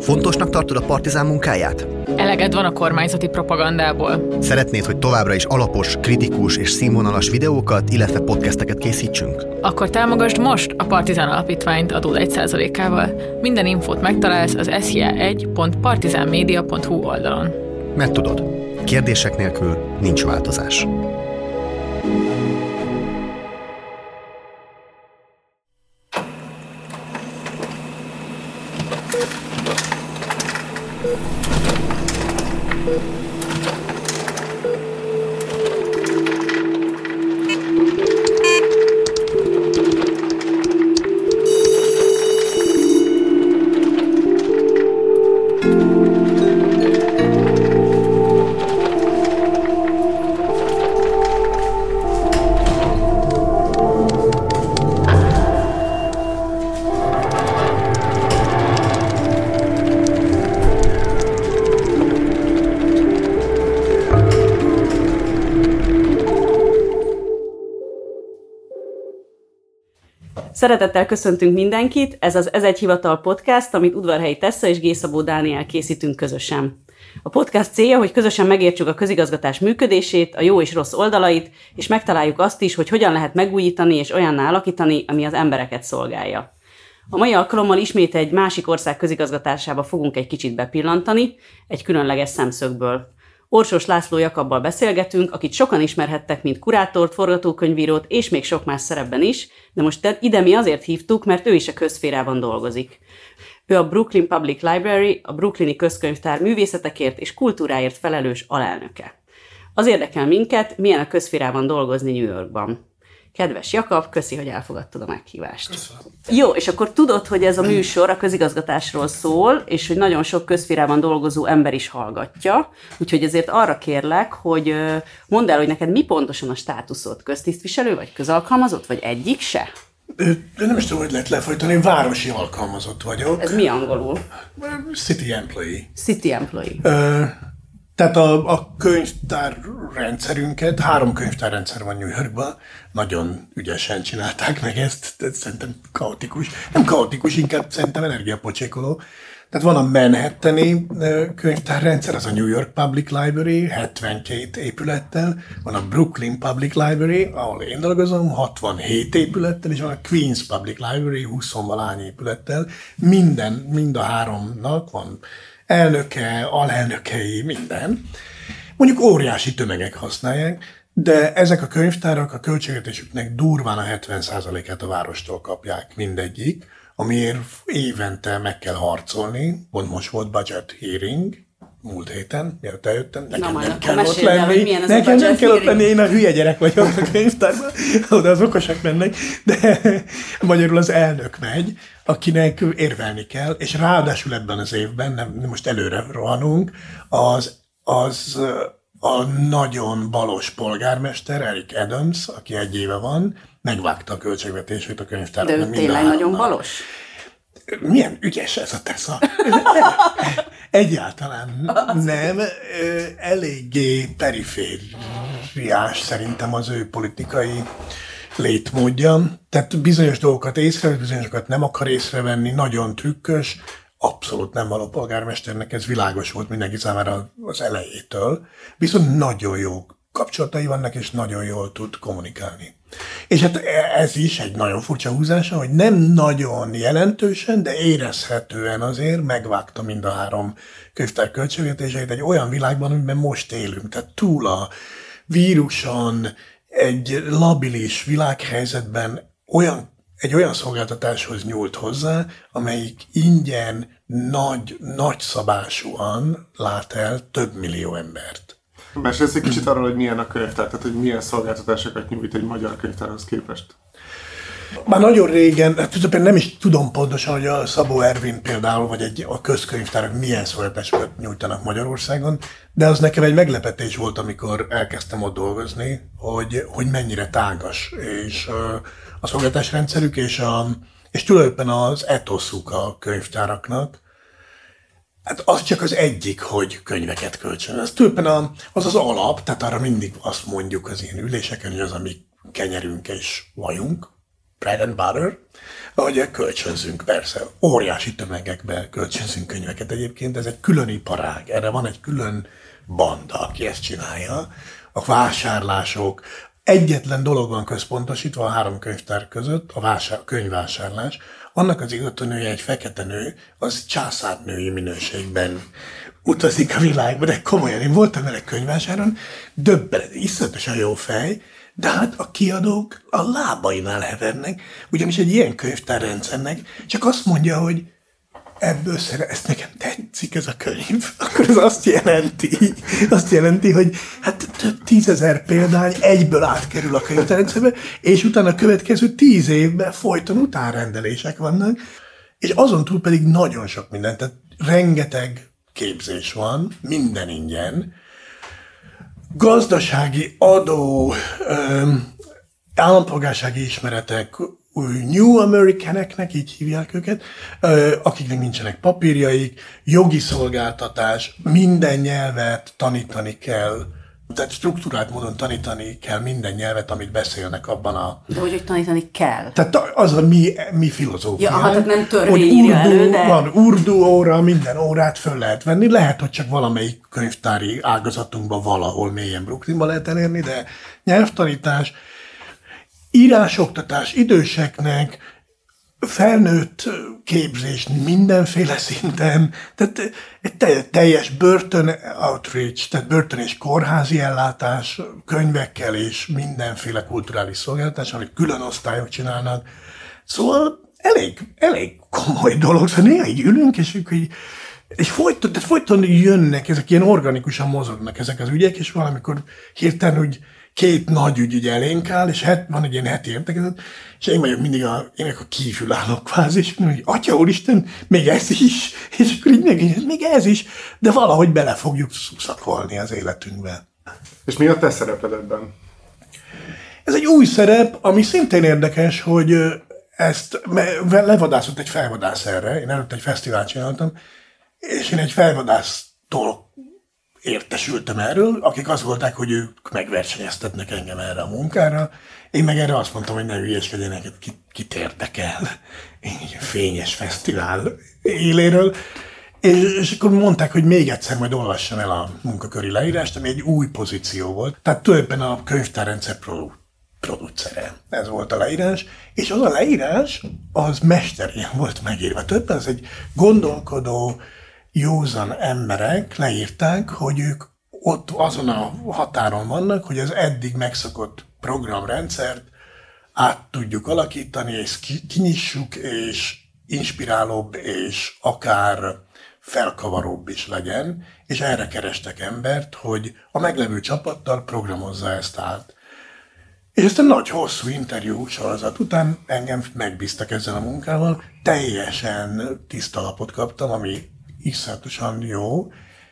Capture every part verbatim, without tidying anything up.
Fontosnak tartod a Partizán munkáját? Eleged van a kormányzati propagandából. Szeretnéd, hogy továbbra is alapos, kritikus és színvonalas videókat, illetve podcasteket készítsünk? Akkor támogasd most a Partizán Alapítványt adód egy százalékával. Minden infót megtalálsz az s j a egy pont partizánmedia pont hu oldalon. Mert tudod, kérdések nélkül nincs változás. Szeretettel köszöntünk mindenkit, ez az Ez egy hivatal podcast, amit Udvarhelyi Tessa és G. Szabó Dániel készítünk közösen. A podcast célja, hogy közösen megértsük a közigazgatás működését, a jó és rossz oldalait, és megtaláljuk azt is, hogy hogyan lehet megújítani és olyanná alakítani, ami az embereket szolgálja. A mai alkalommal ismét egy másik ország közigazgatásába fogunk egy kicsit bepillantani, egy különleges szemszögből. Orsós László Jakabbal beszélgetünk, akit sokan ismerhettek, mint kurátort, forgatókönyvírót és még sok más szerepben is, de most ide mi azért hívtuk, mert ő is a közszférában dolgozik. Ő a Brooklyn Public Library, a brooklyni közkönyvtár művészetekért és kultúráért felelős alelnöke. Az érdekel minket, milyen a közszférában dolgozni New Yorkban. Kedves Jakab, köszi, hogy elfogadtad a meghívást. Köszönöm. Jó, és akkor tudod, hogy ez a műsor a közigazgatásról szól, és hogy nagyon sok közszférában dolgozó ember is hallgatja, úgyhogy ezért arra kérlek, hogy mondd el, hogy neked mi pontosan a státuszod, köztisztviselő, vagy közalkalmazott, vagy egyik se? De nem is tudom, hogy lehet lefolytani, én városi alkalmazott vagyok. Ez mi angolul? City employee. City employee. Ö, tehát a, a könyvtárrendszerünket, három könyvtárrendszer van New Yorkban, nagyon ügyesen csinálták meg ezt, tehát szerintem kaotikus. Nem kaotikus, inkább szerintem energiapocsékoló. Tehát van a Manhattani könyvtárrendszer, az a New York Public Library, hetvenkét épülettel, van a Brooklyn Public Library, ahol én dolgozom, hatvanhét épülettel, és van a Queens Public Library, húsz-valány épülettel. Minden, mind a háromnak van elnöke, alelnökei, minden. Mondjuk óriási tömegek használják, de ezek a könyvtárak a költségvetésüknek durván a hetven százalékát a várostól kapják mindegyik, amiért évente meg kell harcolni. Pont most volt budget hearing, múlt héten, mielőtt eljöttem, nekem Na, nem kell ott el, lenni. Nekem nem kell ott lenni, én a hülye gyerek vagyok a könyvtárban, oda az okosak mennek, de magyarul az elnök megy, akinek érvelni kell, és ráadásul ebben az évben, nem most előre rohanunk, az, az a nagyon balos polgármester, Eric Adams, aki egy éve van, megvágta a költségvetését a könyvtárban. De ő tényleg nagyon balos? Milyen ügyes ez a Tessa. Egyáltalán nem. Eléggé perifériás szerintem az ő politikai létmódja. Tehát bizonyos dolgokat észrevesz, bizonyosokat nem akar észrevenni, nagyon trükkös, abszolút nem való polgármesternek, ez világos volt mindenki számára az elejétől. Viszont nagyon jó kapcsolatai vannak, és nagyon jól tud kommunikálni. És hát ez is egy nagyon furcsa húzása, hogy nem nagyon jelentősen, de érezhetően azért megvágta mind a három könyvtár költségvetéseit egy olyan világban, amiben most élünk. Tehát túl a víruson, egy labilis világhelyzetben olyan, egy olyan szolgáltatáshoz nyúlt hozzá, amelyik ingyen, nagy, nagyszabásúan lát el több millió embert. Mesélsz egy kicsit arról, hogy milyen a könyvtár, tehát hogy milyen szolgáltatásokat nyújt egy magyar könyvtárhoz képest? Már nagyon régen, hát nem is tudom pontosan, hogy a Szabó Ervin például, vagy egy, a közkönyvtárak milyen szolgáltatásokat nyújtanak Magyarországon, de az nekem egy meglepetés volt, amikor elkezdtem ott dolgozni, hogy, hogy mennyire tágas és a szolgáltatásrendszerük, és, a, és tulajdonképpen az etoszuk a könyvtáraknak. Hát az csak az egyik, hogy könyveket költsön. Ez tulajdonképpen az az alap, tehát arra mindig azt mondjuk az ilyen üléseken, hogy az a mi kenyerünk és vajunk, bread and butter, ahogy kölcsönzünk, persze, óriási tömegekben kölcsönzünk könyveket egyébként, ez egy külön iparág, erre van egy külön banda, aki ezt csinálja. A vásárlások, egyetlen dolog van központosítva a három könyvtár között, a vásár, könyvvásárlás. Annak az igazgatónője egy fekete nő, az császárnői minőségben utazik a világba, de komolyan, én voltam vele könyvvásáron, döbbenet, iszonyatosan jó fej, de hát a kiadók a lábainál hevernek, ugyanis egy ilyen könyvtárrendszernek csak azt mondja, hogy ebből szere, ezt nekem tetszik ez a könyv, akkor ez azt jelenti, azt jelenti, hogy hát több tízezer példány egyből átkerül a könyvtárrendszerbe, és utána a következő tíz évben folyton utánrendelések vannak, és azon túl pedig nagyon sok minden, tehát rengeteg képzés van, minden ingyen, gazdasági, adó, állampolgársági ismeretek, New Americaneknek, így hívják őket, akiknek nincsenek papírjaik, jogi szolgáltatás, minden nyelvet tanítani kell, tehát struktúrált módon tanítani kell minden nyelvet, amit beszélnek abban a... De hogy, hogy tanítani kell? Tehát az a mi, mi filozófia. Ja, hát nem törvény írja elő, de... Van urdu óra, minden órát föl lehet venni. Lehet, hogy csak valamelyik könyvtári ágazatunkban valahol mélyen Brooklynban lehet elérni, de nyelvtanítás, írásoktatás időseknek, felnőtt képzés mindenféle szinten, tehát egy teljes börtön outreach, tehát börtön és kórházi ellátás, könyvekkel és mindenféle kulturális szolgáltatás, amit külön osztályok csinálnak. Szóval elég, elég komoly dolog, szóval néha így ülünk, és, így, és folyton, tehát folyton jönnek, ezek ilyen organikusan mozognak ezek az ügyek, és valamikor hirtelen úgy két nagy ügy ugye elénk áll, és het, van egy ilyen heti értekezet, és én vagyok mindig a, én a kívülálló kvázi, és mondom, hogy Atya úristen, még ez is, és akkor így még, még ez is, de valahogy bele fogjuk szakolni az életünkbe. És mi a te szereped ebben? Ez egy új szerep, ami szintén érdekes, hogy ezt levadászott egy felvadász erre, én előtt egy fesztivált csináltam, és én egy felvadásztól értesültem erről, akik azt volták, hogy ők megversenyeztetnek engem erre a munkára. Én meg erre azt mondtam, hogy ne hülyeskedjenek, kit, kit érdekel. Egy fényes fesztivál éléről. És, és akkor mondták, hogy még egyszer majd olvassam el a munkaköri leírást, ami egy új pozíció volt. Tehát tulajdonképpen a könyvtárrendszer produ- producere. Ez volt a leírás. És az a leírás, az mesterien volt megírva. Tulajdonképpen ez egy gondolkodó, józan emberek leírták, hogy ők ott azon a határon vannak, hogy az eddig megszokott programrendszert át tudjuk alakítani, és kinyissuk, és inspirálóbb, és akár felkavaróbb is legyen, és erre kerestek embert, hogy a meglevő csapattal programozza ezt át. És ezt a nagy, hosszú interjú sorozat után engem megbíztak ezzel a munkával, teljesen tiszta lapot kaptam, ami iszonyatosan jó,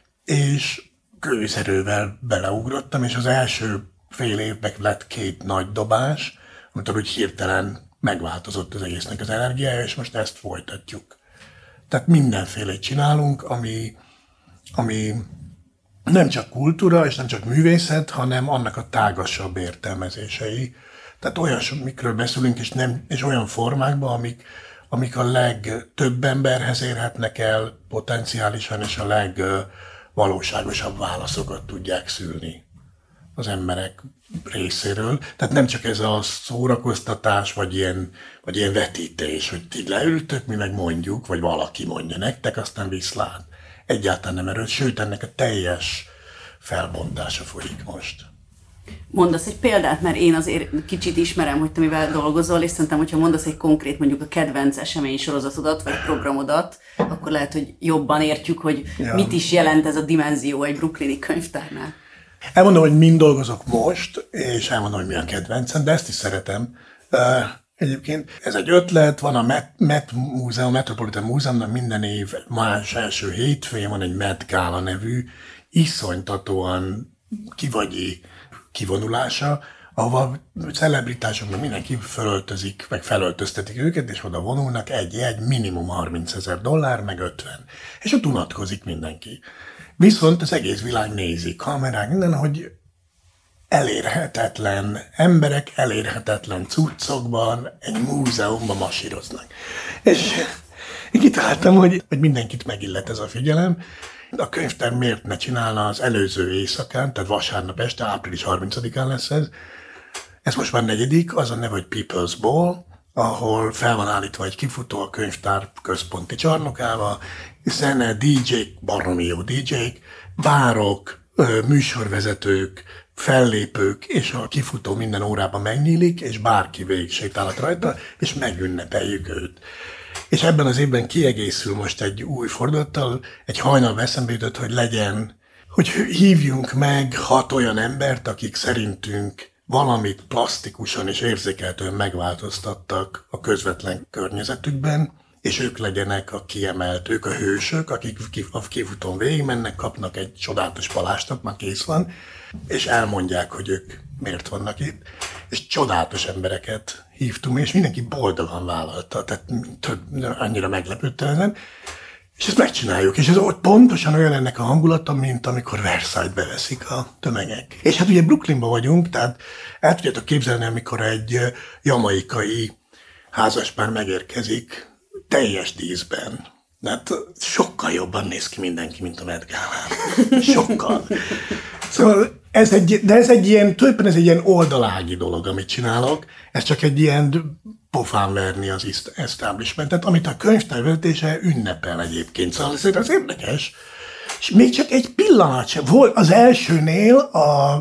és gőzerővel beleugrottam, és az első fél évben lett két nagy dobás, amikor úgy hirtelen megváltozott az egésznek az energiája, és most ezt folytatjuk. Tehát mindenféle csinálunk, ami, ami nem csak kultúra, és nem csak művészet, hanem annak a tágasabb értelmezései. Tehát olyan mikről beszélünk, és, nem, és olyan formákban, amik amik a legtöbb emberhez érhetnek el potenciálisan, és a legvalóságosabb válaszokat tudják szülni az emberek részéről. Tehát nem csak ez a szórakoztatás, vagy ilyen, vagy ilyen vetítés, hogy ti leültök, mi meg mondjuk, vagy valaki mondja nektek, aztán viszlát. Egyáltalán nem erről, sőt, ennek a teljes felbontása folyik most. Mondasz egy példát, mert én azért kicsit ismerem, hogy te mivel dolgozol, és szerintem, hogyha mondasz egy konkrét, mondjuk a kedvenc esemény sorozatodat, vagy programodat, akkor lehet, hogy jobban értjük, hogy ja. mit is jelent ez a dimenzió egy brooklyni könyvtárnál. Elmondom, hogy mind dolgozok most, és elmondom, hogy mi a kedvencem, de ezt is szeretem. Egyébként ez egy ötlet, van a Met, Met Múzeum, a Metropolitan Múzeumnak minden év más első hétfőjén van egy Met Gála nevű, iszonytatóan kivagyi kivonulása, ahova celebritásoknak mindenki felöltözik, meg felöltöztetik őket, és oda vonulnak egy jegy, minimum harmincezer dollár, meg ötven. És ott unatkozik mindenki. Viszont az egész világ nézi, kamerák, minden, hogy elérhetetlen emberek elérhetetlen cuccokban egy múzeumban masíroznak. És én kitaláltam, hogy, hogy mindenkit megillet ez a figyelem. A könyvtár miért ne csinálna az előző éjszakán, tehát vasárnap este, április harmincadikán lesz ez. Ez most már negyedik, az a neve, hogy People's Ball, ahol fel van állítva egy kifutó a könyvtár központi csarnokába, zene, dé dzsék, baromi jó dé dzsék, bárok, műsorvezetők, fellépők, és a kifutó minden órában megnyílik, és bárki végig sétálhat rajta, és megünnepeljük őt. És ebben az évben kiegészül most egy új fordulattal, egy hajnalban eszembe jutott, hogy legyen, hogy hívjunk meg hat olyan embert, akik szerintünk valamit plastikusan és érzékeltően megváltoztattak a közvetlen környezetükben, és ők legyenek a kiemelt, ők a hősök, akik a kifutón végigmennek, kapnak egy csodálatos palástot, már kész van, és elmondják, hogy ők miért vannak itt. És csodálatos embereket hívtunk, és mindenki boldogan vállalta, tehát több, annyira meglepődtem ezen. És ezt megcsináljuk, és ez ott pontosan olyan ennek a hangulata, mint amikor Versailles beveszik a tömegek. És hát ugye Brooklynban vagyunk, tehát el tudjátok képzelni, amikor egy jamaikai házaspár megérkezik teljes díszben. Hát sokkal jobban néz ki mindenki, mint a Met Gálán. Sokkal. Szóval ez egy, de ez egy ilyen, tulajdonképpen ez egy ilyen oldalági dolog, amit csinálok. Ez csak egy ilyen pofán verni az establishmentet, amit a könyvtár vezetése ünnepel egyébként. Szóval ez az érdekes. És még csak egy pillanat sem volt. Az elsőnél a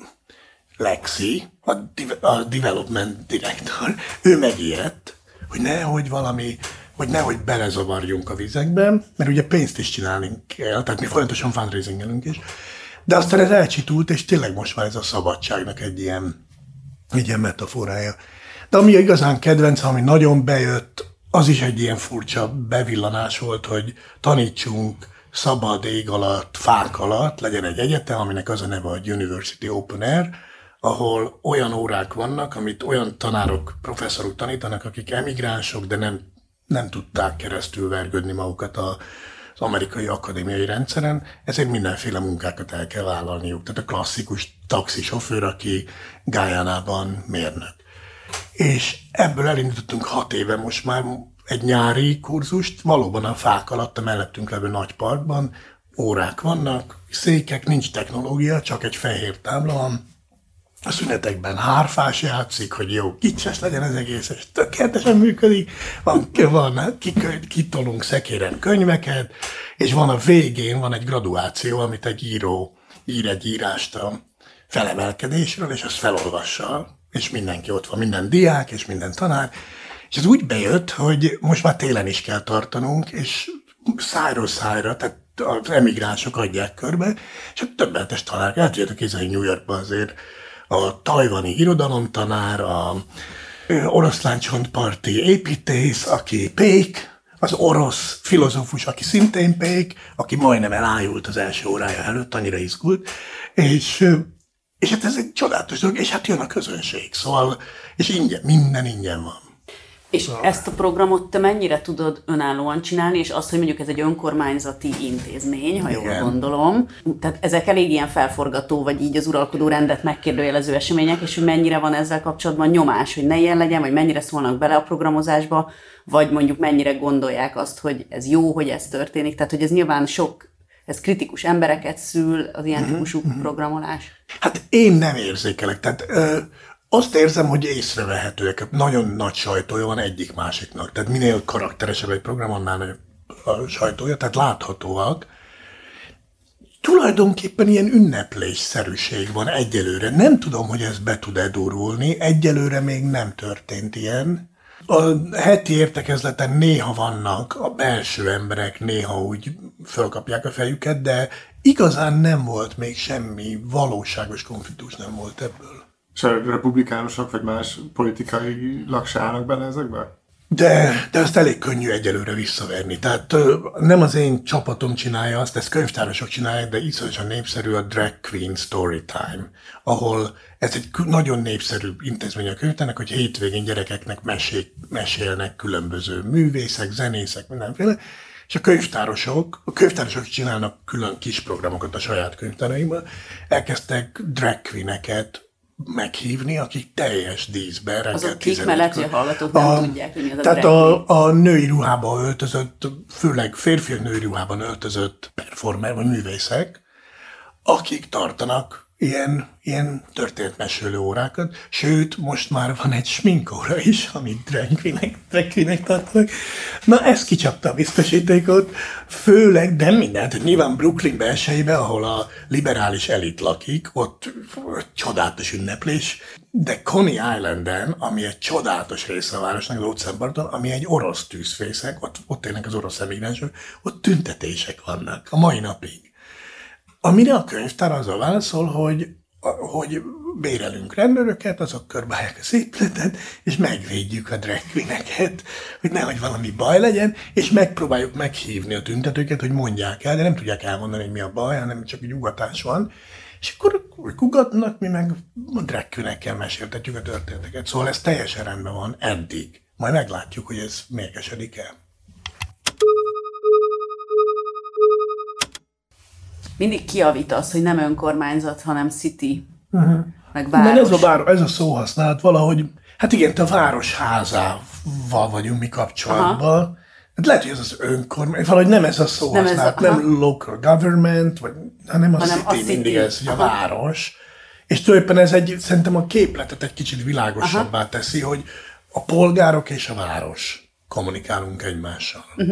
Lexi, a, a development director, ő megijedt, hogy nehogy valami, hogy nehogy belezavarjunk a vizekben, mert ugye pénzt is csinálni kell, tehát mi folyamatosan fundraisingelünk is. De aztán ez elcsitult, és tényleg most már ez a szabadságnak egy ilyen, egy ilyen metaforája. De ami igazán kedvenc, ami nagyon bejött, az is egy ilyen furcsa bevillanás volt, hogy tanítsunk szabad ég alatt, fák alatt, legyen egy egyetem, aminek az a neve, hogy University Open Air, ahol olyan órák vannak, amit olyan tanárok, professzorok tanítanak, akik emigránsok, de nem, nem tudták keresztül vergődni magukat a az amerikai akadémiai rendszeren, ezért mindenféle munkákat el kell vállalniuk. Tehát a klasszikus taxisofőr, aki Guyánában mérnök. És ebből elindítottunk hat éve most már egy nyári kurzust, valóban a fák alatt, a mellettünk levő nagy parkban, órák vannak, székek, nincs technológia, csak egy fehér tábla van. A szünetekben hárfás játszik, hogy jó, kicses legyen az egész, és tökéletesen működik. Van, van kitolunk szekéren könyveket, és van a végén, van egy graduáció, amit egy író ír egy írást a felemelkedésről, és azt felolvassa, és mindenki ott van, minden diák, és minden tanár. És ez úgy bejött, hogy most már télen is kell tartanunk, és szájról szájra, tehát az emigránsok adják körbe, és a többetes tanár, el tudjátok képzelni New Yorkban azért, a tajvani irodalomtanár, a oroszláncsontparti építész, aki pék, az orosz filozófus, aki szintén pék, aki majdnem elájult az első órája előtt, annyira izgult, és, és hát ez egy csodálatos dolog, és hát jön a közönség, szóval, és ingyen, minden ingyen van. És szóval. Ezt a programot te mennyire tudod önállóan csinálni, és azt, hogy mondjuk ez egy önkormányzati intézmény, ha jól gondolom. Tehát ezek elég ilyen felforgató, vagy így az uralkodó rendet megkérdőjelező események, és hogy mennyire van ezzel kapcsolatban nyomás, hogy ne ilyen legyen, vagy mennyire szólnak bele a programozásba, vagy mondjuk mennyire gondolják azt, hogy ez jó, hogy ez történik. Tehát, hogy ez nyilván sok, ez kritikus embereket szül, az ilyen mm-hmm. típusú programolás. Hát én nem érzékelek, tehát... Ö... Azt érzem, hogy észrevehetőek. Nagyon nagy sajtója van egyik másiknak. Tehát minél karakteresebb egy program, annál nagyobb a sajtója, tehát láthatóak. Tulajdonképpen ilyen ünneplésszerűség van egyelőre. Nem tudom, hogy ez be tud-e durulni. Egyelőre még nem történt ilyen. A heti értekezleten néha vannak a belső emberek, néha úgy fölkapják a fejüket, de igazán nem volt még semmi valóságos konfliktus, nem volt ebből. És a republikánusok vagy más politikai se állnak bele ezekbe? De, de azt elég könnyű egyelőre visszaverni. Tehát nem az én csapatom csinálja azt, ezt könyvtárosok csinálják, de iszonyatosan népszerű a Drag Queen Storytime, ahol ez egy nagyon népszerű intézmény a könyvtárnak, hogy hétvégén gyerekeknek mesék, mesélnek különböző művészek, zenészek, mindenféle, És a könyvtárosok, a könyvtárosok csinálnak külön kis programokat a saját könyvtáraikban, elkezdtek drag queeneket meghívni, akik teljes díszben reggel azok kik mellett, hogy a hallgatók nem a, tudják, hogy mi az a tehát drag a, a női ruhába öltözött, főleg férfiak női ruhában öltözött performer vagy művészek, akik tartanak ilyen, ilyen történetmesélő órákat, sőt, most már van egy sminkóra is, amit drag queenek, drag queenek tartanak. Na, ez kicsapta a biztosítékot, főleg, de mindent, nyilván Brooklyn belsejében, ahol a liberális elit lakik, ott csodálatos ünneplés, de Coney Islanden, ami egy csodálatos része a városnak, az óceánparton, ami egy orosz tűzfészek, ott, ott élnek az orosz emigránsok, ott tüntetések vannak a mai napig. Amire a könyvtár azzal válaszol, hogy, hogy bérelünk rendőröket, azok körbálják a szépletet, és megvédjük a drag queeneket, hogy nehogy valami baj legyen, és megpróbáljuk meghívni a tüntetőket, hogy mondják el, de nem tudják elmondani, hogy mi a baj, hanem csak egy ugatás van. És akkor ők ugatnak, mi meg a drag queenekkel meséltetjük a történeteket. Szóval ez teljesen rendben van eddig. Majd meglátjuk, hogy ez mérgesedik el. Mindig kiavítasz, hogy nem önkormányzat, hanem city, uh-huh. meg város. Mert ez a, város, ez a szóhasználat valahogy, hát igen, te a város házával vagyunk mi kapcsolatban. Aha. Hát lehet, hogy ez az önkormányzat, valahogy nem ez a szóhasználat, nem, nem local government, vagy, hanem a hanem city, a city mindig ez, hogy a város. És tulajdonképpen ez egy, szerintem a képletet egy kicsit világosabbá aha. teszi, hogy a polgárok és a város kommunikálunk egymással. Uh-huh.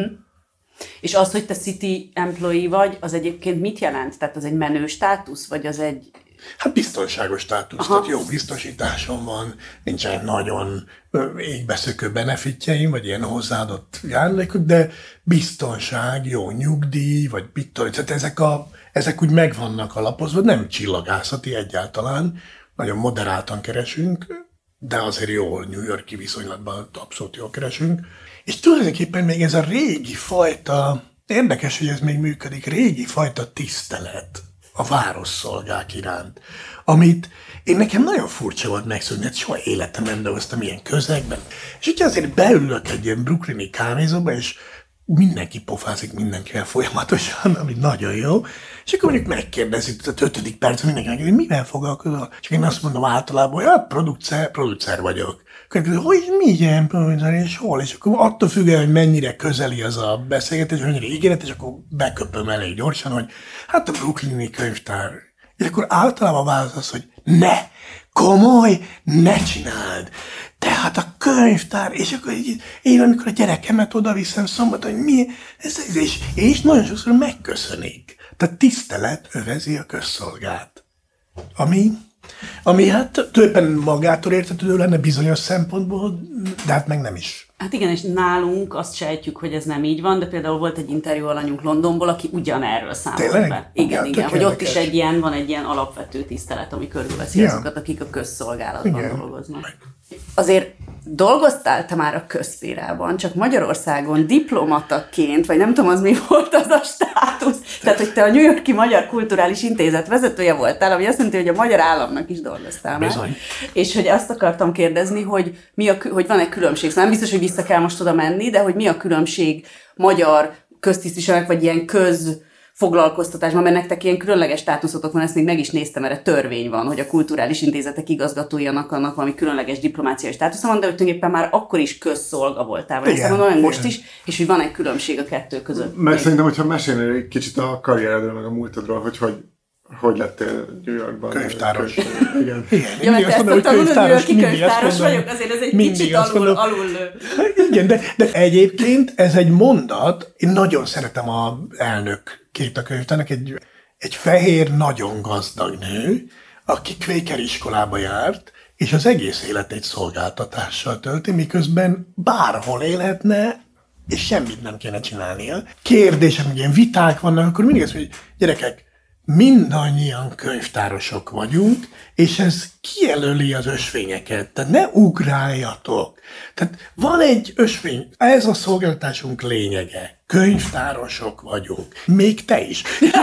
És az, hogy te city employee vagy, az egyébként mit jelent? Tehát az egy menő státusz, vagy az egy... Hát biztonságos státusz, aha. tehát jó biztosításom van, nincsen nagyon égbeszökő benefitjeim, vagy ilyen hozzáadott járulékok, de biztonság, jó nyugdíj, vagy bitcoin, tehát ezek, a, ezek úgy megvannak alapozva, nem csillagászati egyáltalán, nagyon moderáltan keresünk, de azért jól, New York-i viszonylatban abszolút jól keresünk. És tulajdonképpen még ez a régi fajta, érdekes, hogy ez még működik, régi fajta tisztelet a városszolgák iránt, amit én nekem nagyon furcsa volt megszokni, hát soha életemben nem dolgoztam ilyen közegben. És hogyha azért beülök egy ilyen brooklyni kávézóba, és mindenki pofázik mindenkivel folyamatosan, ami nagyon jó, és akkor mondjuk megkérdezik, a ötödik percben mindenki megkérdezik, hogy mivel foglalkozol? És én azt mondom általában, hogy hát producer, producer vagyok. Akkor hogy milyen producer, és hol? És akkor attól függően, hogy mennyire közeli az a beszélgetés, mennyire ígéretes, akkor beköpöm elég gyorsan, hogy hát a brooklyni könyvtár. És akkor általában válasz az, hogy ne, komoly, ne csináld. Tehát a könyvtár, és akkor így, én amikor a gyerekemet oda viszem szombaton, hogy mi, ez, ez, és, és nagyon sokszor megköszönik. Tehát tisztelet övezi a közszolgát. Ami, ami hát tulajdonképpen magától értetődő lenne bizonyos szempontból, de hát meg nem is. Hát igen, és nálunk azt sejtjük, hogy ez nem így van, de például volt egy interjú alanyunk Londonból, aki ugyanerről számolt Tényleg? be. Igen, ja, igen, hogy ott is egy ilyen, van egy ilyen alapvető tisztelet, ami körülveszi ja. azokat, akik a közszolgálatban igen. dolgoznak. Azért dolgoztál te már a közszférában, csak Magyarországon diplomataként, vagy nem tudom, az mi volt az a státusz, tehát hogy te a New York-i Magyar Kulturális Intézet vezetője voltál, ami azt jelenti, hogy a magyar államnak is dolgoztál már. Bizony. És hogy azt akartam kérdezni, hogy, mi a, hogy van-e különbség, szóval nem biztos, hogy vissza kell most oda menni, de hogy mi a különbség magyar köztisztviselők, vagy ilyen köz foglalkoztatásban, mert nektek ilyen különleges státuszotok van, ezt még meg is néztem, erre törvény van, hogy a kulturális intézetek igazgatóinak annak valami különleges diplomáciai státusza van, de hogy tulajdonképpen már akkor is közszolga voltál, vagy ezt mondom, meg most is, és hogy van egy különbség a kettő között. Meg még. Szerintem, hogyha mesélnél egy kicsit a karrieredről, meg a múltadról, hogy hogy hogy lettél New Yorkban? Könyvtáros. Könyvtáros. Igen. Igen. Én ja, mindig azt mondom, hogy könyvtáros, könyvtáros vagyok, azért ez egy kicsit alul, alul. Igen, de, de egyébként ez egy mondat, én nagyon szeretem az elnök két a könyvtárnak, egy, egy fehér, nagyon gazdag nő, aki Quaker iskolába járt, és az egész életét szolgáltatással tölti, miközben bárhol élhetne, és semmit nem kéne csinálnia. Kérdések, hogy ilyen viták vannak, akkor mindig azt mondja, hogy gyerekek, mindannyian könyvtárosok vagyunk, és ez kijelöli az ösvényeket. Tehát ne ugráljatok. Tehát van egy ösvény, ez a szolgáltatásunk lényege. Könyvtárosok vagyunk. Még te is.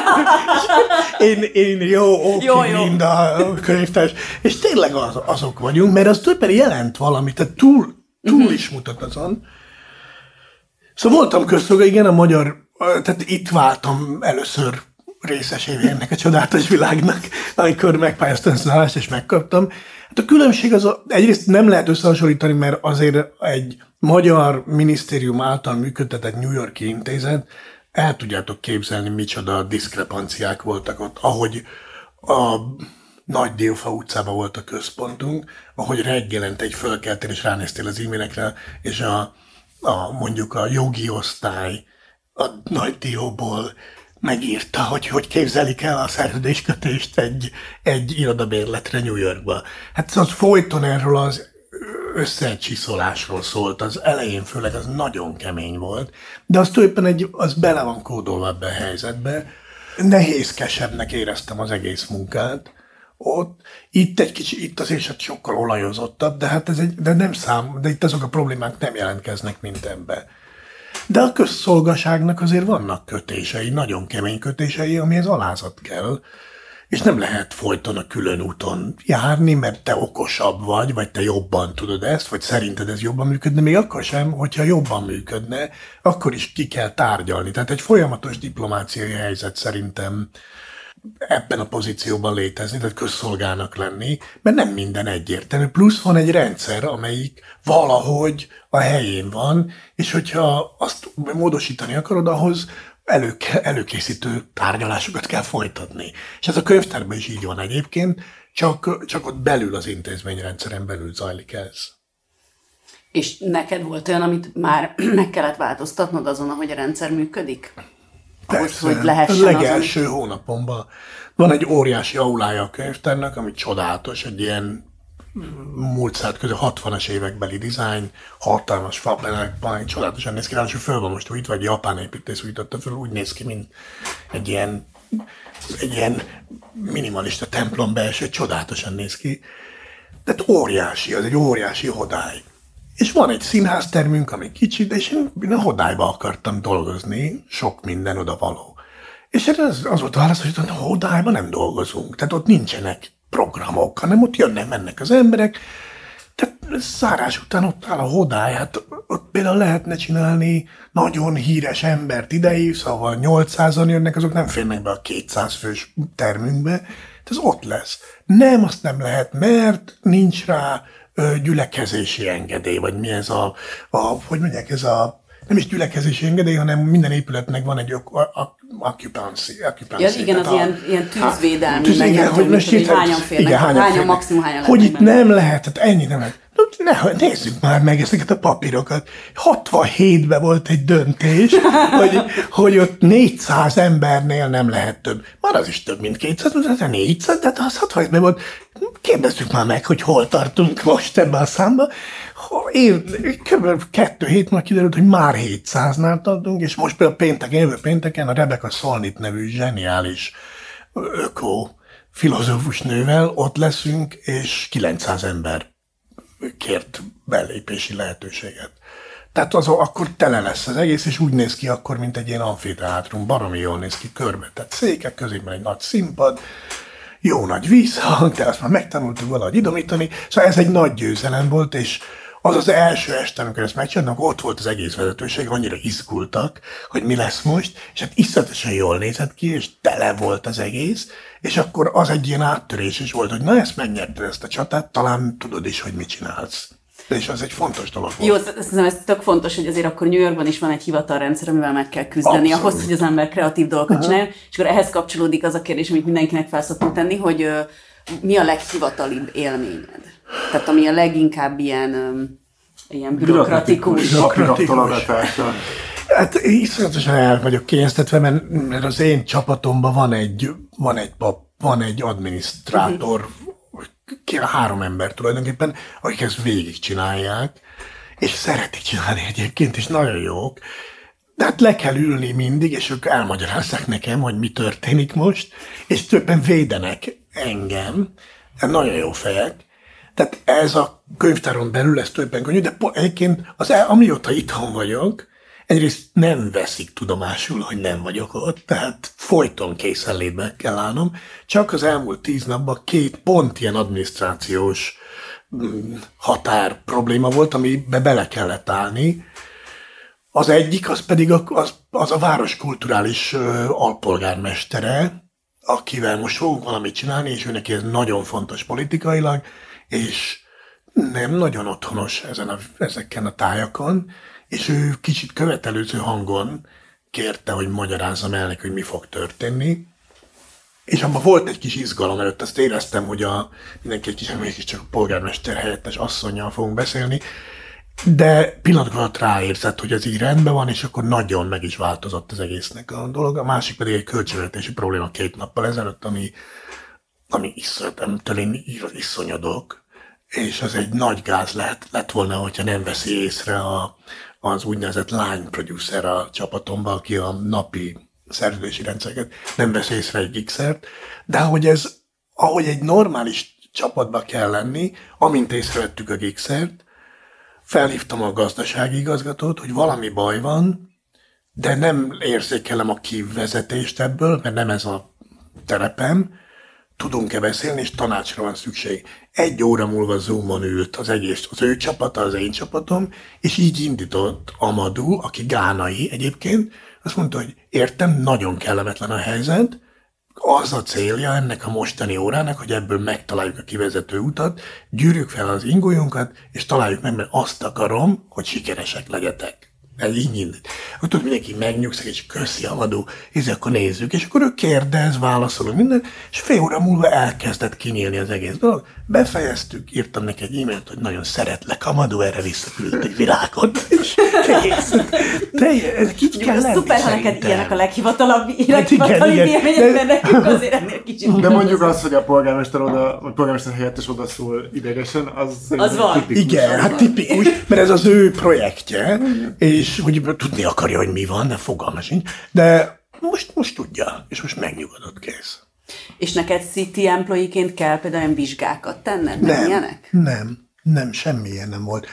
én, én jó, oké, okay, mind a könyvtáros. És tényleg az, azok vagyunk, mert az többen jelent valamit, tehát túl, túl is mutat azon. Szóval voltam közszolga, igen, a magyar tehát itt váltam először részesévé ennek a csodálatos világnak, amikor megpályáztam ezt az állást, és megkaptam. Hát a különbség az, a, egyrészt nem lehet összehasonlítani, mert azért egy magyar minisztérium által működtetett New York-i intézet, el tudjátok képzelni, micsoda diszkrepanciák voltak ott, ahogy a Nagy Diófa utcában volt a központunk, ahogy reggelente egy fölkeltél, és ránéztél az e-mailekre, és a, a, mondjuk a jogi osztály a Nagy Dióból megírta, hogy hogy képzelik el a szerződéskötést egy, egy irodabérletre New Yorkba. Hát az folyton erről az összecsiszolásról szólt, az elején főleg az nagyon kemény volt, de az tulajdonképpen egy, az bele van kódolva ebbe a helyzetbe. Nehézkesebbnek éreztem az egész munkát. Ott, itt egy kicsit, itt azért sokkal olajozottabb, de hát ez egy, de nem szám, de itt azok a problémák nem jelentkeznek, mint ebbe. De a közszolgaságnak azért vannak kötései, nagyon kemény kötései, amihez alázat kell, és nem lehet folyton a külön úton járni, mert te okosabb vagy, vagy te jobban tudod ezt, vagy szerinted ez jobban működne, még akkor sem, hogyha jobban működne, akkor is ki kell tárgyalni. Tehát egy folyamatos diplomáciai helyzet szerintem ebben a pozícióban létezni, tehát közszolgának lenni, mert nem minden egyértelmű. Plusz van egy rendszer, amelyik valahogy a helyén van, és hogyha azt módosítani akarod, ahhoz elő, előkészítő tárgyalásokat kell folytatni. És ez a könyvtárban is így van egyébként, csak, csak ott belül az intézményrendszeren belül zajlik ez. És neked volt olyan, amit már meg kellett változtatnod azon, ahogy a rendszer működik? Ahhoz, hogy lehessen a legelső azon... hónapomban van egy óriási aulája a könyvtárnak, ami csodálatos, egy ilyen múlt század közül hatvanas évekbeli dizájn, hatalmas fapanelek, csodálatosan néz ki, ráadásul föl van most újítva, vagy japán építész újította föl, úgy néz ki, mint egy ilyen, egy ilyen minimalista templom belső, csodálatosan néz ki. De óriási, az egy óriási hodály. És van egy színháztermünk, ami kicsit, és én a hodályba akartam dolgozni, sok minden oda való. És az, az volt a válasz, hogy a hodályban nem dolgozunk, tehát ott nincsenek programok, hanem ott jönnek, mennek az emberek. Tehát zárás után ott áll a hodály, hát ott például lehetne csinálni nagyon híres embert idejű, szóval nyolcszázan jönnek, azok nem férnek be a kétszáz fős termünkbe, ez ott lesz. Nem, azt nem lehet, mert nincs rá gyülekezési engedély, vagy mi ez a, a hogy mondják, ez a, nem is gyülekezési engedély, hanem minden épületnek van egy occupancy. occupancy ja, igen, az a, ilyen, ilyen tűzvédelmi, tűz, meg igen, nem hogy tudom, most hogy hányan férnek, igen, hányan, hányan férnek. maximum hányan hogy itt benne. nem lehet, tehát ennyi nem lehet. Ne, nézzük már meg ezeket a papírokat. hatvanhétben volt egy döntés, hogy, hogy ott négyszáz embernél nem lehet több. Már az is több, mint kétszáz, de négyszáz, de az hatvanhétben volt. Kérdezzük már meg, hogy hol tartunk most ebben a számban. Én, kb. kettő hét múlva kiderült, hogy már hétszáznál tartunk, és most például pénteken, jövő pénteken a Rebecca Solnit nevű zseniális öko filozófus nővel ott leszünk, és kilencszáz ember kért belépési lehetőséget. Tehát az, akkor tele lesz az egész, és úgy néz ki akkor, mint egy ilyen amfiteátrum, baromi jól néz ki körbe. Tehát székek közében egy nagy színpad, jó nagy vízhang, de azt már megtanultuk valahogy idomítani. Szóval ez egy nagy győzelem volt, és az az első este, amikor ezt megcsinálnak, ott volt az egész vezetőség, annyira izgultak, hogy mi lesz most, és hát iszonyatosan jól nézett ki, és tele volt az egész, és akkor az egy ilyen áttörés is volt, hogy na, ezt megnyerted ezt a csatát, talán tudod is, hogy mit csinálsz. És az egy fontos dolog volt. Jó, szerintem ez tök fontos, hogy azért akkor New Yorkban is van egy hivatalrendszer, amivel meg kell küzdeni, abszolút, ahhoz, hogy az ember kreatív dolgokat uh-huh. csináljon, és akkor ehhez kapcsolódik az a kérdés, amit mindenkinek fel szoktunk tenni, hogy uh, mi a leghivatalibb élményed? Tehát ami a leginkább ilyen, um, ilyen bürokratikus. Bürokratikus. Hát iszonyatosan el vagyok kényeztetve, mert, mert az én csapatomban van egy, van egy pap, van egy adminisztrátor, uh-huh. három ember tulajdonképpen, akik ezt végigcsinálják, és szeretik csinálni egyébként, és nagyon jók. De hát le kell ülni mindig, és ők elmagyarázzák nekem, hogy mi történik most, és többen védenek engem. Nagyon jó fejek. Tehát ez a könyvtáron belül lesz többen könnyű, de egyébként az, amióta itthon vagyok, egyrészt nem veszik tudomásul, hogy nem vagyok ott, tehát folyton készenlétbe kell állnom. Csak az elmúlt tíz napban két pont ilyen adminisztrációs határ probléma volt, amiben bele kellett állni. Az egyik, az pedig a, az, az a város kulturális alpolgármestere, akivel most fogunk valamit csinálni, és őnek ez nagyon fontos politikailag, és nem nagyon otthonos ezen a, ezeken a tájakon, és ő kicsit követelőző hangon kérte, hogy magyarázzam el neki, hogy mi fog történni. És abban volt egy kis izgalom előtt, azt éreztem, hogy a, mindenki egy kis, mégis csak a polgármester helyettes asszonnyal fogunk beszélni, de pillanatban alatt ráérzett, hogy ez így rendben van, és akkor nagyon meg is változott az egésznek a dolog. A másik pedig egy költségvetési probléma két nappal ezelőtt, ami, ami iszonyatomtől én iszonyodok, és az egy nagy gáz lehet, lett volna, hogyha nem veszi észre a, az úgynevezett line producer a csapatomban, aki a napi szerződési rendszereket nem vesz észre egy gigsert, de ahogy ez, ahogy egy normális csapatba kell lenni, amint észrevettük a gigszert, felhívtam a gazdasági igazgatót, hogy valami baj van, de nem érzékelem a kivezetést ebből, mert nem ez a terepem, tudunk-e beszélni, és tanácsra van szükség. Egy óra múlva Zoomon ült az egész, az ő csapata, az én csapatom, és így indított Amadou, aki gánai egyébként, azt mondta, hogy értem, nagyon kellemetlen a helyzet, az a célja ennek a mostani órának, hogy ebből megtaláljuk a kivezető utat, gyűrjük fel az ingójunkat, és találjuk meg, mert azt akarom, hogy sikeresek legyetek. Ez így minden. Akkor tudod, mindenki megnyugszik, és köszi Amadou, és akkor nézzük, és akkor ő kérdez, válaszolunk minden, és fél óra múlva elkezdett kinyílni az egész dolog. Befejeztük, írtam neki egy e-mailt, hogy nagyon szeretlek, Amadou, erre visszaküldött egy virágot, és kész. De ez így kell lenni. Szuper, ha neked ilyenek a leghivatalabb, leghivatalabb élmények, mert nekünk azért ennél kicsit. De mondjuk azt, hogy a polgármester oda, vagy polgármester helyettes oda szól idegesen, az, az van. Tipikus. Igen, hát tipikus, mert ez az ő projektje, és hogy tudni akarja, hogy mi van, de fogalma sincs, de most, most tudja, és most megnyugodott, kész. És neked City employee-ként kell például olyan vizsgákat tenned, nem, ilyenek? Nem, nem, semmi ilyen nem volt.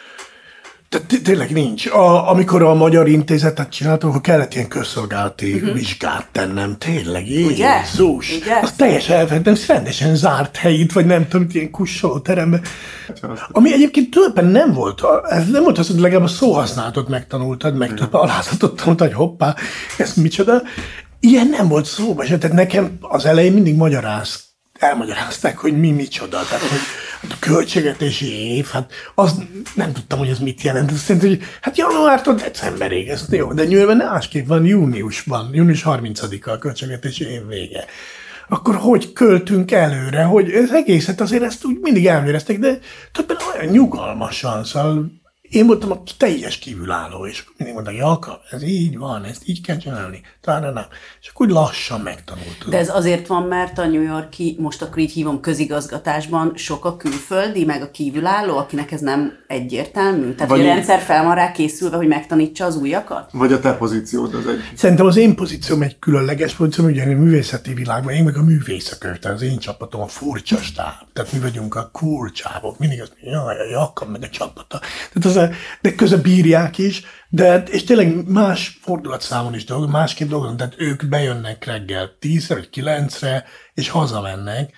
Tehát tényleg nincs. A, amikor a Magyar Intézetet csináltam, akkor kellett ilyen közszolgálati uh-huh. vizsgát tennem. Tényleg, Jézus! Az teljesen elvettem, rendesen zárt helyét, vagy nem tudom, ilyen kussoló teremben. Ami egyébként tulajdonképpen nem volt. Ez nem volt az, hogy legalább a szóhasználatot megtanultad, meg több alázatot tanultad, hogy hoppá, ez micsoda. Ilyen nem volt szóba, tehát nekem az elején mindig magyaráz, elmagyarázták, hogy mi micsoda. Tehát, hogy hát a költségvetési év, hát az nem tudtam, hogy ez mit jelent. Azt jelenti, hogy hát januártól decemberig, ez jó, de nyilván másképp van júniusban, június harmincadika a költségvetési év vége. Akkor hogy költünk előre, hogy ez egészet azért ezt úgy mindig elmérezték, de többen olyan nyugalmasan, szóval én voltam a teljes kívülálló, és akkor mindig mondták, Jakab, ez így van, ezt így kell csinálni, talán nem. És akkor úgy lassan megtanultuk. De ez azért van, mert a New York-i, most akkor így hívom, közigazgatásban sok a külföldi, meg a kívülálló, akinek ez nem egyértelmű? Tehát vagy a rendszer fel van rá készülve, hogy megtanítsa az újakat? Vagy a te pozíciód az egy? Szerintem az én pozícióm egy különleges pozíció, ugye a művészeti világban, én meg a művészakönyvtár, az én csapatom a furcsa stáb. Tehát mi vagyunk a cool csávok, mindig azt mondja, jaj, a Jakab meg a csapata. Tehát az a, de közben bírják is, de, és tényleg más fordulatszámon is dolgozunk, másképp dolgozunk, tehát ők bejönnek reggel tízre vagy kilencre, és hazamennek.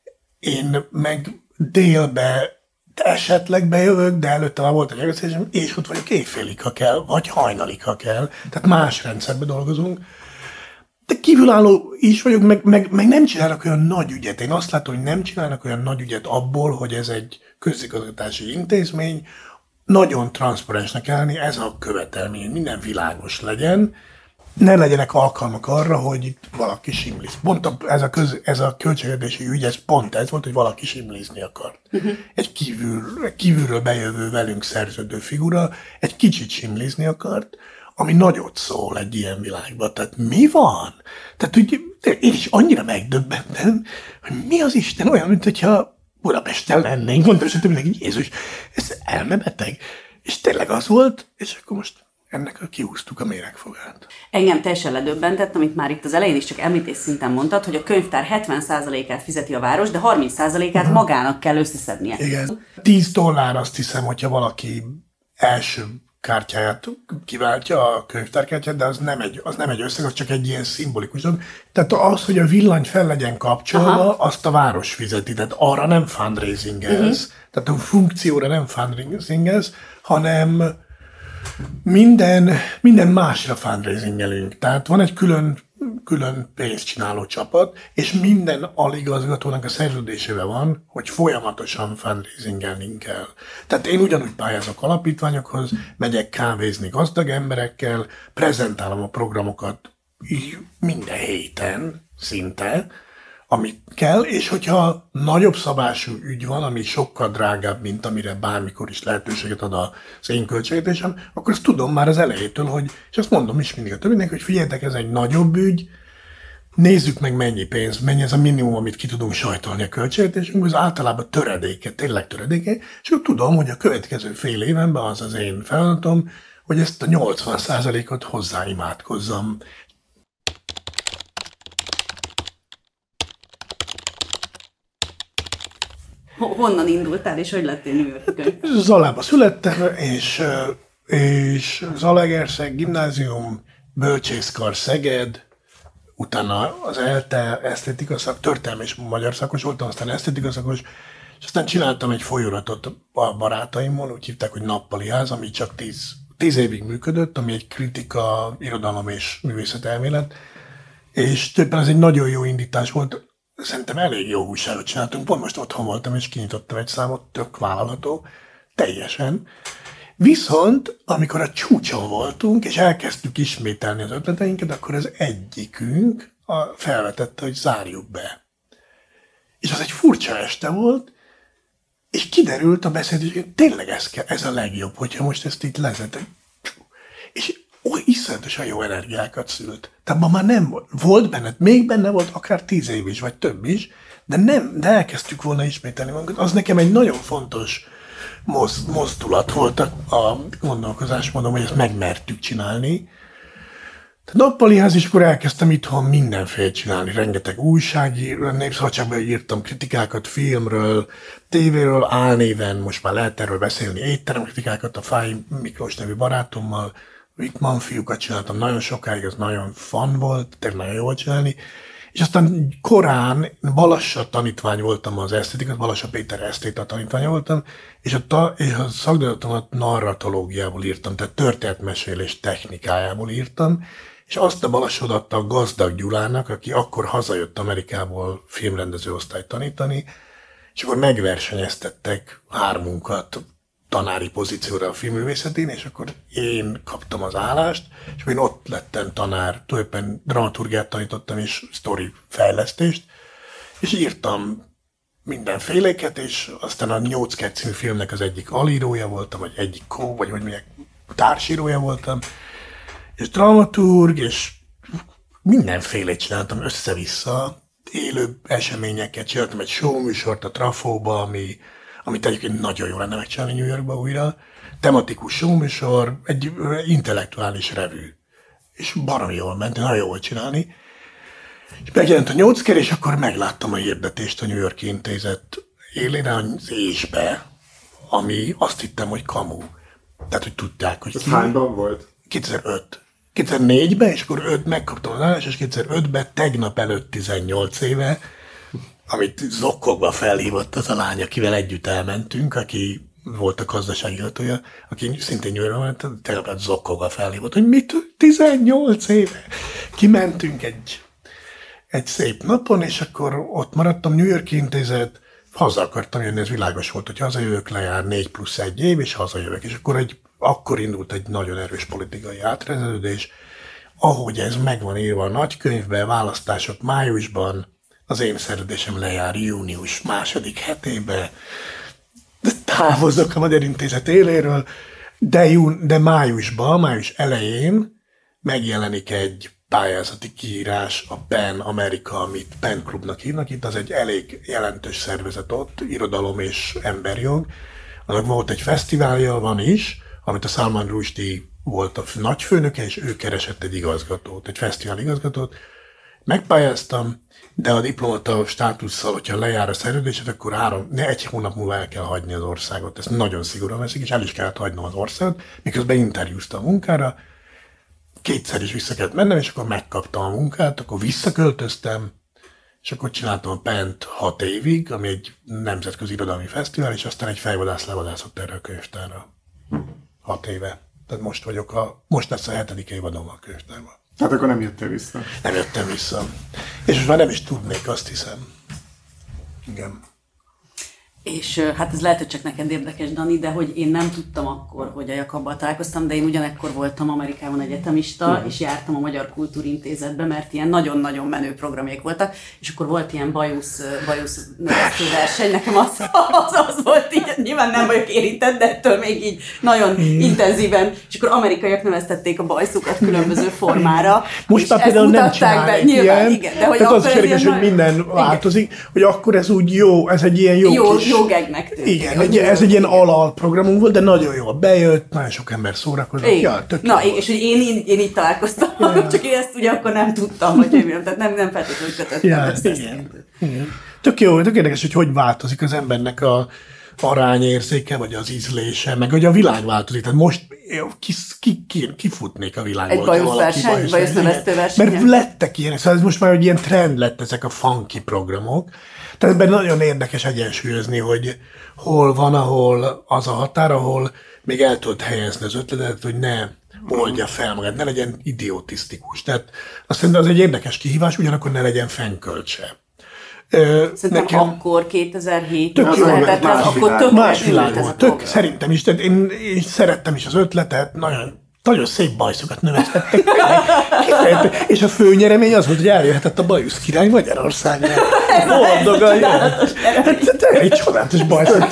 Én meg délbe esetleg bejövök, de előtte már volt egy egészségem, és ott vagyok éjfélig, ha kell, vagy hajnalig, ha kell. Tehát más rendszerben dolgozunk. De kívülálló is vagyok, meg, meg, meg nem csinálnak olyan nagy ügyet. Én azt látom, hogy nem csinálnak olyan nagy ügyet abból, hogy ez egy közigazgatási intézmény, nagyon transzparensnek kell lenni, ez a követelmény, minden világos legyen, ne legyenek alkalmak arra, hogy itt valaki simliz. Pont a, ez, a köz, ez a költségvetési ügy, ez pont ez volt, hogy valaki simlizni akart. Uh-huh. Egy kívül, kívülről bejövő velünk szerződő figura egy kicsit simlizni akart, ami nagyot szól egy ilyen világban. Tehát mi van? Tehát úgy, én is annyira megdöbbentem, hogy mi az Isten olyan, mint hogyha Budapesten lennénk, mondtam, hogy mindenki, Jézus, ez elmebeteg. És tényleg az volt, és akkor most ennek kihúztuk a méregfogát. Engem teljesen ledöbbentett, amit már itt az elején is csak említés szinten mondtad, hogy a könyvtár hetven százalékát fizeti a város, de harminc százalékát uh-huh. magának kell összeszednie. Igen. tíz dollár azt hiszem, hogyha valaki első kártyáját kiváltja, a könyvtárkártyát, de az nem egy, az nem egy összeg, az csak egy ilyen szimbolikus. Tehát az, hogy a villany fel legyen kapcsolva, aha. azt a város fizeti, tehát arra nem fundraising ez, uh-huh. tehát a funkcióra nem fundraising ez, hanem Minden, minden másra fundraisingelünk. Tehát van egy külön, külön pénzcsináló csapat, és minden aligazgatónak a szerződésével van, hogy folyamatosan fundraisingelnünk kell. Tehát én ugyanúgy pályázok alapítványokhoz, megyek kávézni gazdag emberekkel, prezentálom a programokat így minden héten szinte, amit kell, és hogyha nagyobb szabású ügy van, ami sokkal drágább, mint amire bármikor is lehetőséget ad az én költségvetésem, akkor azt tudom már az elejétől, hogy, és azt mondom is mindig a többinek, hogy figyeljetek, ez egy nagyobb ügy, nézzük meg mennyi pénz, mennyi ez a minimum, amit ki tudunk sajtolni a költségvetésünkből, az általában töredéke, tényleg töredéke, és akkor tudom, hogy a következő fél évenben az az én feladatom, hogy ezt a nyolcvan százalékot hozzáimádkozzam. Honnan indultál, és hogy lettél New York-ön? Zalába születtem, és, és Zalaegerszeg gimnázium, bölcsészkar Szeged, utána az ELTE, esztétika szak, történelmi és magyar szakos voltam, aztán esztétika szakos, és aztán csináltam egy folyóiratot a barátaimmal, úgy hívták, hogy Nappali Ház, ami csak tíz, tíz évig működött, ami egy kritika, irodalom és művészetelmélet, és többen ez egy nagyon jó indítás volt. Szerintem elég jó újságot csináltunk. Pont most otthon voltam, és kinyitottam egy számot, tök vállalható, teljesen. Viszont, amikor a csúcson voltunk, és elkezdtük ismételni az ötleteinket, akkor az egyikünk a felvetette, hogy zárjuk be. És az egy furcsa este volt, és kiderült a beszélgetés, hogy tényleg ez, kell, ez a legjobb, hogyha most ezt itt lezetek. És oly iszonyatosan jó energiákat szült. Tehát ma már nem volt. Volt benne, még benne volt akár tíz év is, vagy több is, de nem, de elkezdtük volna ismételni magunkat. Az nekem egy nagyon fontos moz, mozdulat volt a, a gondolkozásmódom, hogy ezt megmertük csinálni. Tehát Nappali Ház, és akkor elkezdtem itthon mindenféle csinálni. Rengeteg újságíró, Népszabadságban írtam kritikákat filmről, tévéről, álnéven, most már lehet erről beszélni, étteremkritikákat a Fáj Miklós nevű barátommal, Wittmann fiúkat csináltam nagyon sokáig, ez nagyon fun volt, tényleg nagyon jó volt csinálni. És aztán korán Balassa tanítvány voltam az esztétikat, Balassa Péter esztéta tanítványa voltam, és a, ta, és a szakdolgozatomat narratológiából írtam, tehát történetmesélés technikájából írtam, és azt a Balassot adta a Gazdag Gyulának, aki akkor hazajött Amerikából filmrendező osztályt tanítani, és akkor megversenyeztettek hármunkat tanári pozícióra a filmművészetén, és akkor én kaptam az állást, és akkor én ott lettem tanár, tulajdonképpen dramaturgiát tanítottam, és sztori fejlesztést, és írtam mindenféléket, és aztán a nyolc kett című filmnek az egyik alírója voltam, vagy egyik kó, vagy hogy mondják, társírója voltam, és dramaturg, és mindenfélét csináltam össze-vissza, élő eseményeket, csináltam egy show műsort a Trafóba, ami amit egyébként nagyon jó lenne megcsinálni New Yorkba újra, tematikus showműsor, egy intellektuális revű. És baromi jól ment, nagyon jó volt csinálni. És megjelent a nyolcker, és akkor megláttam a hirdetést a New York-i Intézet élére az ésbe, ami azt hittem, hogy kamu. Tehát, hogy tudták, hogy... Ez hányban volt? kétezer-öt. kétezer-négyben, és akkor öt megkaptam az állást, és kétezer-ötben, tegnap előtt tizennyolc éve, amit zokkogva felhívott az a lány, akivel együtt elmentünk, aki volt a gazdaságigazgatója, aki szintén New Yorkba ment, tegnap zokkogva felhívott, hogy mit, tizennyolc éve. Kimentünk egy, egy szép napon, és akkor ott maradtam, New York Intézet, haza akartam jönni, ez világos volt, hogy hazajövök, lejár négy plusz egy év, és hazajövök. És akkor, egy, akkor indult egy nagyon erős politikai átrendeződés, ahogy ez meg van írva a nagykönyvben, választások májusban, az én szerződésem lejár június második hetébe, de távozok a Magyar Intézet éléről, de, jún, de májusban, május elején megjelenik egy pályázati kiírás, a PEN Amerika, amit PEN Klubnak hívnak, itt az egy elég jelentős szervezet ott, irodalom és emberjog. Annak volt egy fesztiválja, van is, amit a Salman Rushdie volt a nagyfőnöke, és ő keresett egy igazgatót, egy fesztivál igazgatót. Megpályáztam, de a diplomata státusszal, hogyha lejár a szerződésed, akkor három, ne egy hónap múlva el kell hagyni az országot. Ezt nagyon szigorúan veszik, és el is kellett hagynom az országot, miközben interjúztam a munkára, kétszer is vissza kellett mennem, és akkor megkaptam a munkát, akkor visszaköltöztem, és akkor csináltam a PEN-t hat évig, ami egy nemzetközi irodalmi fesztivál, és aztán egy fejvadász levadászott erre a könyvtárra. Hat éve. Tehát most vagyok a, most lesz a hetedik évadom a könyvtárban. Tehát akkor nem jöttél vissza? Nem jöttem vissza. És most már nem is tudnék, azt hiszem. Igen. És hát ez lehet, hogy csak neked érdekes, Dani, de hogy én nem tudtam akkor, hogy a Jakabbal találkoztam, de én ugyanekkor voltam Amerikában egyetemista, uh-huh. és jártam a Magyar Kultúrintézetbe, mert ilyen nagyon-nagyon menő programjaik voltak, és akkor volt ilyen bajusz, bajusz verseny, nekem az, az, az volt így, nyilván nem vagyok érintett, de ettől még így nagyon intenzíven, és akkor amerikaiak neveztették a bajszukat különböző formára. Most már például nem csinálják be, nyilván, igen, de hogy tehát az is érdekes, hogy nagyon... minden változik, igen. Hogy akkor ez úgy jó, ez egy ilyen jó, jó kis... Jó gegnek tűnik. Igen, egy, ez egy ilyen alal programunk volt, de nagyon jól bejött, nagyon sok ember szórakozott. Ja, na, és hogy én, én, én így találkoztam, ja. Csak én ezt ugye akkor nem tudtam, hogy én, tehát nem, nem feltétlenül kötöttem ja, ezt. Igen. Igen. Tök jó, tök érdekes, hogy hogy változik az embernek a arányérzéke, vagy az ízlése, meg hogy a világ változik. Tehát most ki, ki, ki, kifutnék a világból. Egy bajuszverseny, bajuszneveztő verseny. Mert lettek ilyenek, szóval ez most már egy ilyen trend lett ezek a funky programok. Tehát ebben nagyon érdekes egyensúlyozni, hogy hol van, ahol az a határ, ahol még el tudod helyezni az ötletet, hogy ne oldja fel magát, ne legyen idiotisztikus. Tehát azt szerintem az egy érdekes kihívás, ugyanakkor ne legyen fenköltse. Szerintem nekem akkor kétezer-hét tök jó, lehetett, más, akkor világ, tök más világ volt. Tök, program. Szerintem is, tehát én, én szerettem is az ötletet, nagyon, nagyon szép bajszokat növetettek. És a főnyeremény az volt, hogy eljöhetett a bajusz király Magyarországra. Boldogan jött. Egy csodálatos bajszok.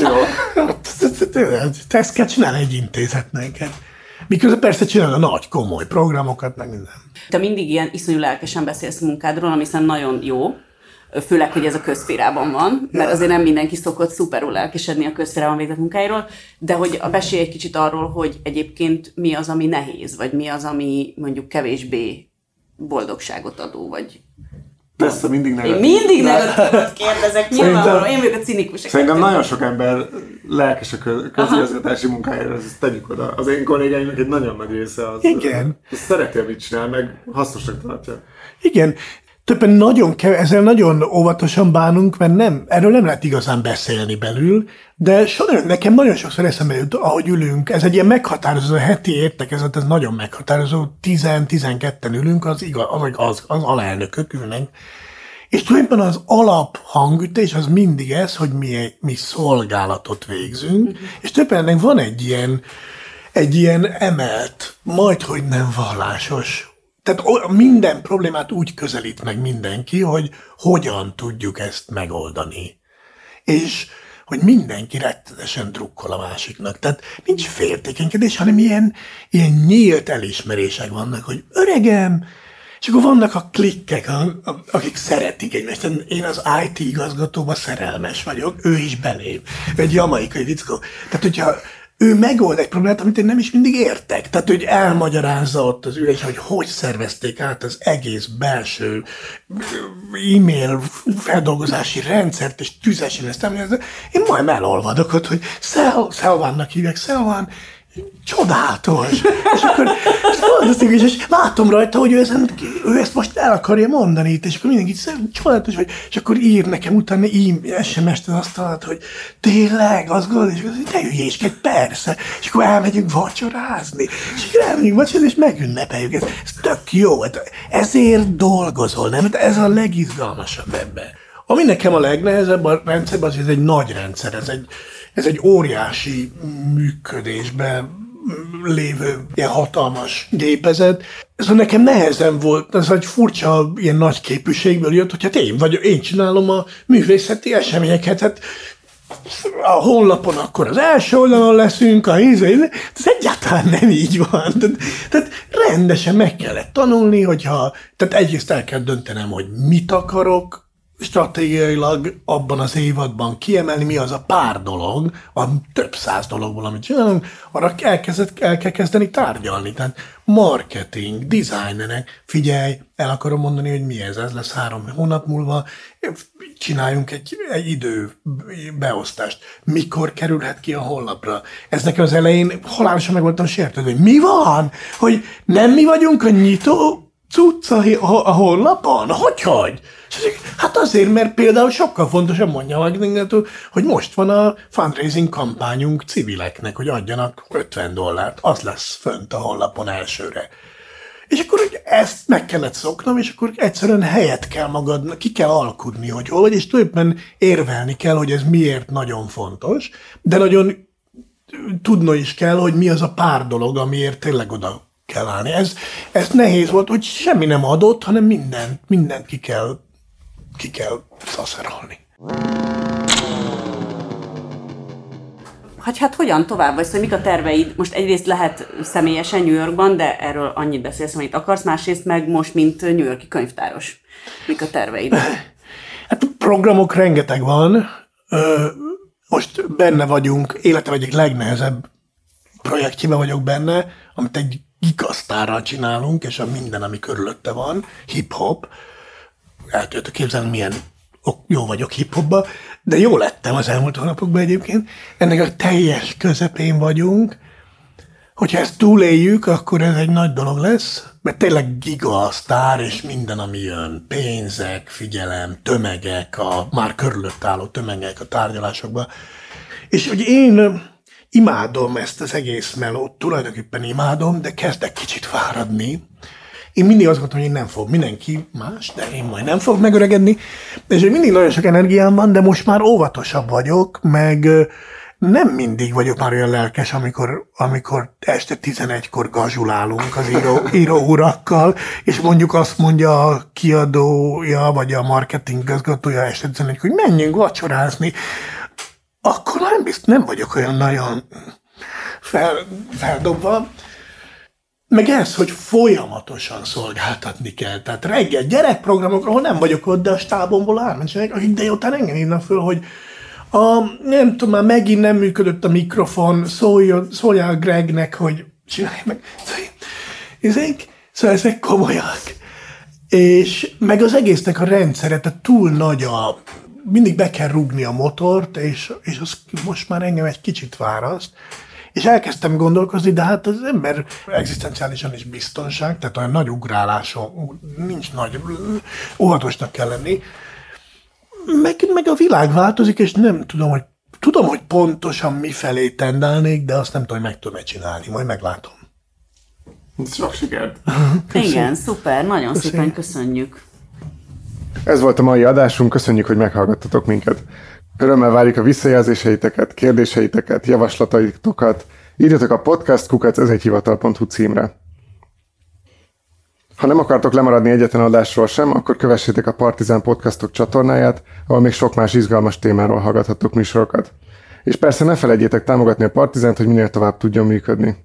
Ezt kell csinálni egy intézetnek. Miközben persze csinál a nagy, komoly programokat, meg minden. Te mindig ilyen iszonyú lelkesen beszélsz a munkádról, ami hiszen nagyon jó. Főleg, hogy ez a közszférában van, mert azért nem mindenki szokott szuperul lelkesedni a közszférában végzett munkáiról, de hogy beszélj egy kicsit arról, hogy egyébként mi az, ami nehéz, vagy mi az, ami mondjuk kevésbé boldogságot adó, vagy... Persze, mindig negatív. Én mindig negatívot kérdezek, nyilvánvalóan, én vagyok a cinikus. Szerintem nagyon sok ember lelkes a közigazgatási munkájára, ezt tegyük oda. Az én kollégáimnak egy nagyon nagy része az, igen. az szereti, amit csinál, meg hasznosnak tartja. Igen. Többen nagyon kev- ezzel nagyon óvatosan bánunk, mert nem, erről nem lehet igazán beszélni belül, de so, nekem nagyon sokszor eszembe jut, ahogy ülünk, ez egy ilyen meghatározó, a heti értekezet, ez nagyon meghatározó, tíz-tizenketten ülünk, az, igaz, az, az, az alelnökök ülnek, és tulajdonképpen az alap hangütés az mindig ez, hogy mi, mi szolgálatot végzünk, uh-huh. és többen ennek van egy ilyen, egy ilyen emelt, majdhogy nem vallásos. Tehát minden problémát úgy közelít meg mindenki, hogy hogyan tudjuk ezt megoldani. És hogy mindenki rettenesen drukkol a másiknak. Tehát nincs féltékenykedés, hanem ilyen, ilyen nyílt elismerések vannak, hogy öregem, és akkor vannak a klikkek, akik szeretik egymást. Én az i té igazgatóban szerelmes vagyok, ő is belém. Egy jamaikai dickó. Tehát, hogyha ő megold egy problémát, amit én nem is mindig értek. Tehát, hogy elmagyarázza ott az ülés, hogy hogy szervezték át az egész belső e-mail feldolgozási rendszert, és tüzesen ezt emlékezem. Én majd elolvadok ott, hogy Szel, Szelvánnak hívják, Szelván, csodálatos. És akkor és, és látom rajta, hogy ő, ezen, ő ezt most el akarja mondani, és akkor mindenki csodálatos, vagy, és akkor ír nekem utána es em es-t az asztalat, hogy tényleg, azt gondolod, és akkor ne hülyéskedj, persze, és akkor elmegyünk vacsorázni, és akkor elmegyünk vacsorázni, és megünnepeljük ezt. Ez tök jó, ezért dolgozol, nem? Ez a legizgalmasabb ebben. Ami nekem a legnehezebb a rendszerben, az, hogy ez egy nagy rendszer, ez egy, ez egy óriási működésben lévő ilyen hatalmas gépezet. Ez nekem nehezen volt, ez egy furcsa ilyen nagy képűségből jött, hogy hát én vagyok, én csinálom a művészeti eseményeket, hát a honlapon akkor az első oldalon leszünk, a ízé, ez egyáltalán nem így van. Tehát, tehát rendesen meg kellett tanulni, hogyha, tehát egyrészt el kell döntenem, hogy mit akarok, stratégiailag abban az évadban kiemelni, mi az a pár dolog, a több száz dologból, amit csinálunk, arra elkezdett, el kell kezdeni tárgyalni. Tehát marketing, designerek, figyelj, el akarom mondani, hogy mi ez, ez lesz három hónap múlva, csináljunk egy, egy időbeosztást. Mikor kerülhet ki a honlapra? Ez nekem az elején halálosan meg voltam sértődve, hogy mi van? Hogy nem mi vagyunk a nyitó cucc a, a honlapon? Hogyhogy? Hát azért, mert például sokkal fontosabb, mondja meg, hogy most van a fundraising kampányunk civileknek, hogy adjanak ötven dollárt. Az lesz fönt a honlapon elsőre. És akkor ezt meg kellett szoknom, és akkor egyszerűen helyet kell magadnak, ki kell alkudni, hogy hol vagy, és tulajdonképpen érvelni kell, hogy ez miért nagyon fontos, de nagyon tudni is kell, hogy mi az a pár dolog, amiért tényleg oda kell állni. Ez, ez nehéz volt, hogy semmi nem adott, hanem mindent, mindent ki kell, ki kell szaszerolni. Hát, hát hogyan tovább? Vagy szóval mik a terveid? Most egyrészt lehet személyesen New Yorkban, de erről annyit beszélsz, amit akarsz, másrészt meg most, mint New York-i könyvtáros. Mik a terveid? Hát programok rengeteg van. Most benne vagyunk, életem egyik legnehezebb projektjében vagyok benne, amit egy gigasztárral csinálunk, és a minden, ami körülötte van, hip-hop. El tudjátok képzelni, milyen jó vagyok hip-hopba, de jó lettem az elmúlt hónapokban egyébként. Ennek a teljes közepén vagyunk. Hogyha ezt túléljük, akkor ez egy nagy dolog lesz, mert tényleg giga a sztár, és minden, ami jön, pénzek, figyelem, tömegek, a már körülött álló tömegek a tárgyalásokban. És hogy én imádom ezt az egész melót, tulajdonképpen imádom, de kezdek kicsit fáradni. Én mindig azt gondolom, hogy én nem fog, mindenki más, de én majd nem fog megöregedni. És mindig nagyon sok energiám van, de most már óvatosabb vagyok, meg nem mindig vagyok már olyan lelkes, amikor, amikor este tizenegykor gazsulálunk az író, író urakkal, és mondjuk azt mondja a kiadója, vagy a marketing igazgatója este tizenegykor, hogy menjünk vacsorázni. Akkor nem biztos, nem vagyok olyan nagyon fel, feldobva. Meg ez, hogy folyamatosan szolgáltatni kell. Tehát reggel gyerekprogramokról nem vagyok ott, de a stábomból ármencsenek, akik délután engem hívnak föl, hogy a, nem tudom, már megint nem működött a mikrofon, szóljon, szóljál Gregnek, hogy csinálj meg. Ezek, szóval ezek komolyak. És meg az egésznek a rendszere, tehát túl nagy a... Mindig be kell rúgni a motort, és, és az most már engem egy kicsit fáraszt. És elkezdtem gondolkozni, de hát az ember egzisztenciálisan is biztonság, tehát olyan nagy ugráláson nincs nagy, óvatosnak kell lenni. Meg, meg a világ változik, és nem tudom, hogy tudom, hogy pontosan mifelé tendálnék, de azt nem tudom, hogy meg tudom-e csinálni. Majd meglátom. Sok sikert! Igen, szuper, nagyon Köszönjük. szépen köszönjük. Ez volt a mai adásunk, köszönjük, hogy meghallgattatok minket. Örömmel várjuk a visszajelzéseiteket, kérdéseiteket, javaslataitokat. Írjatok a podcast kukac ez egy hivatal pont hu címre. Ha nem akartok lemaradni egyetlen adásról sem, akkor kövessétek a Partizán Podcastok csatornáját, ahol még sok más izgalmas témáról hallgathattok műsorokat. És persze ne felejtjétek támogatni a Partizánt, hogy minél tovább tudjon működni.